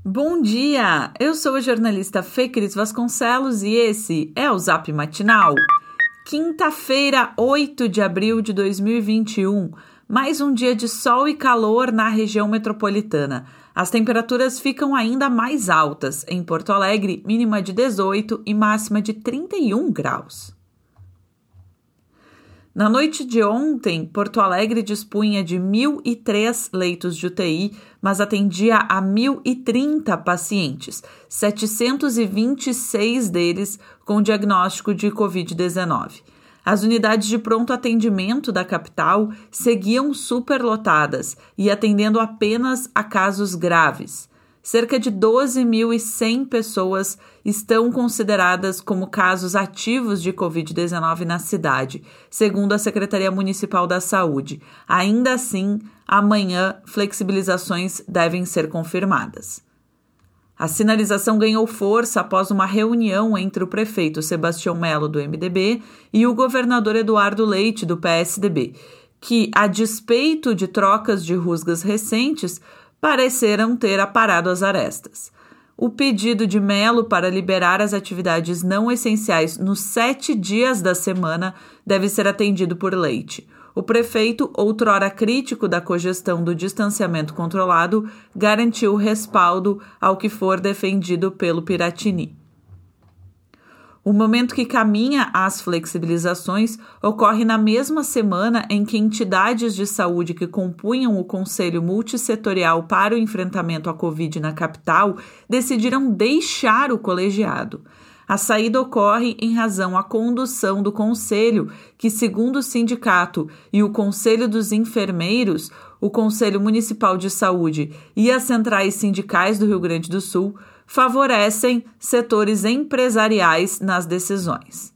Bom dia! Eu sou a jornalista Fê Cris Vasconcelos e esse é o Zap Matinal. Quinta-feira, 8 de abril de 2021. Mais um dia de sol e calor na região metropolitana. As temperaturas ficam ainda mais altas. Em Porto Alegre, mínima de 18 e máxima de 31 graus. Na noite de ontem, Porto Alegre dispunha de 1.003 leitos de UTI, mas atendia a 1.030 pacientes, 726 deles com diagnóstico de Covid-19. As unidades de pronto atendimento da capital seguiam superlotadas e atendendo apenas a casos graves. Cerca de 12.100 pessoas estão consideradas como casos ativos de Covid-19 na cidade, segundo a Secretaria Municipal da Saúde. Ainda assim, amanhã, flexibilizações devem ser confirmadas. A sinalização ganhou força após uma reunião entre o prefeito Sebastião Melo, do MDB, e o governador Eduardo Leite, do PSDB, que, a despeito de trocas de rusgas recentes, pareceram ter aparado as arestas. O pedido de Melo para liberar as atividades não essenciais nos 7 dias da semana deve ser atendido por Leite. O prefeito, outrora crítico da cogestão do distanciamento controlado, garantiu respaldo ao que for defendido pelo Piratini. O momento que caminha às flexibilizações ocorre na mesma semana em que entidades de saúde que compunham o Conselho Multissetorial para o Enfrentamento à Covid na capital decidiram deixar o colegiado. A saída ocorre em razão à condução do Conselho, que, segundo o sindicato e o Conselho dos Enfermeiros, o Conselho Municipal de Saúde e as centrais sindicais do Rio Grande do Sul, favorecem setores empresariais nas decisões.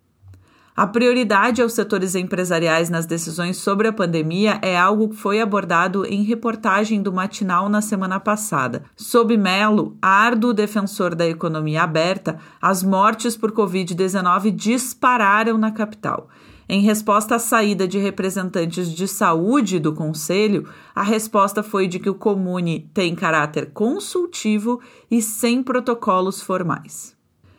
A prioridade aos setores empresariais nas decisões sobre a pandemia é algo que foi abordado em reportagem do Matinal na semana passada. Sob Melo, árduo defensor da economia aberta, as mortes por Covid-19 dispararam na capital. Em resposta à saída de representantes de saúde do Conselho, a resposta foi de que o Comune tem caráter consultivo e sem protocolos formais.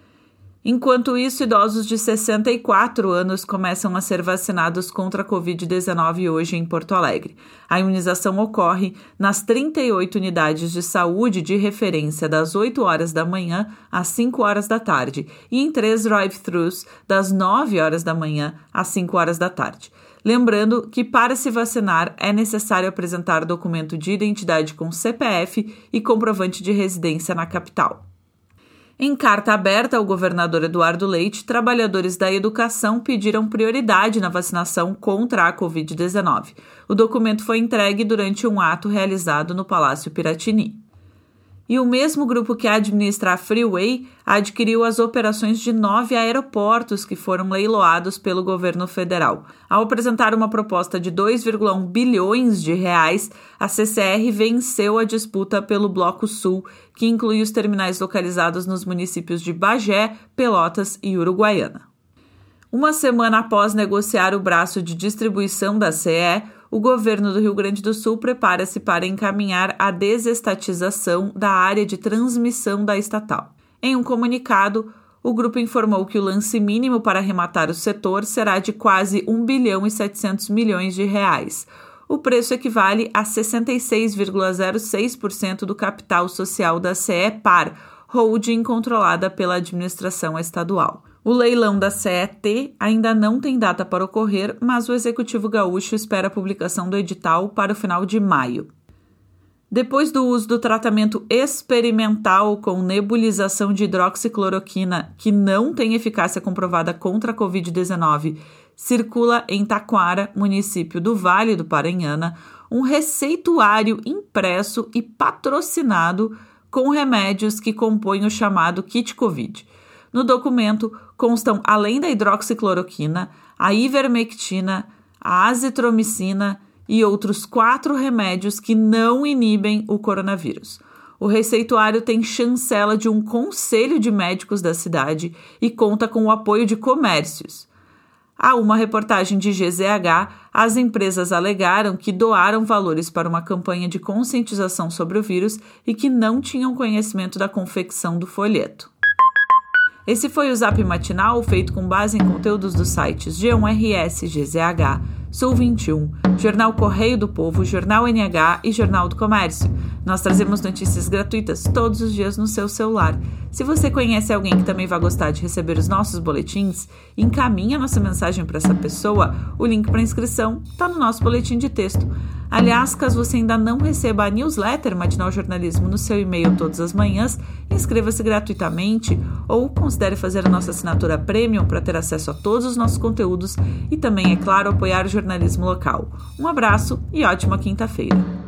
Enquanto isso, idosos de 64 anos começam a ser vacinados contra a Covid-19 hoje em Porto Alegre. A imunização ocorre nas 38 unidades de saúde de referência das 8 horas da manhã às 5 horas da tarde e em 3 drive-thrus das 9 horas da manhã às 5 horas da tarde. Lembrando que para se vacinar é necessário apresentar documento de identidade com CPF e comprovante de residência na capital. Em carta aberta ao governador Eduardo Leite, trabalhadores da educação pediram prioridade na vacinação contra a Covid-19. O documento foi entregue durante um ato realizado no Palácio Piratini. E o mesmo grupo que administra a Freeway adquiriu as operações de 9 aeroportos que foram leiloados pelo governo federal. Ao apresentar uma proposta de 2,1 bilhões de reais, a CCR venceu a disputa pelo Bloco Sul, que inclui os terminais localizados nos municípios de Bagé, Pelotas e Uruguaiana. Uma semana após negociar o braço de distribuição da CE, o governo do Rio Grande do Sul prepara-se para encaminhar a desestatização da área de transmissão da estatal. Em um comunicado, o grupo informou que o lance mínimo para arrematar o setor será de quase 1 bilhão e 700 milhões de reais. O preço equivale a 66,06% do capital social da CE-Par, holding controlada pela administração estadual. O leilão da CET ainda não tem data para ocorrer, mas o Executivo Gaúcho espera a publicação do edital para o final de maio. Depois do uso do tratamento experimental com nebulização de hidroxicloroquina, que não tem eficácia comprovada contra a Covid-19, circula em Taquara, município do Vale do Paranhana, um receituário impresso e patrocinado com remédios que compõem o chamado kit Covid. No documento constam, além da hidroxicloroquina, a ivermectina, a azitromicina e outros 4 remédios que não inibem o coronavírus. O receituário tem chancela de um conselho de médicos da cidade e conta com o apoio de comércios. a uma reportagem de GZH, as empresas alegaram que doaram valores para uma campanha de conscientização sobre o vírus e que não tinham conhecimento da confecção do folheto. Esse foi o Zap Matinal, feito com base em conteúdos dos sites G1RS, GZH, Sul 21, Jornal Correio do Povo, Jornal NH e Jornal do Comércio. Nós trazemos notícias gratuitas todos os dias no seu celular. Se você conhece alguém que também vai gostar de receber os nossos boletins, encaminha nossa mensagem para essa pessoa. O link para inscrição está no nosso boletim de texto. Aliás, caso você ainda não receba a newsletter Matinal Jornalismo no seu e-mail todas as manhãs, inscreva-se gratuitamente ou considere fazer a nossa assinatura Premium para ter acesso a todos os nossos conteúdos e também, é claro, apoiar o jornalismo local. Um abraço e ótima quinta-feira.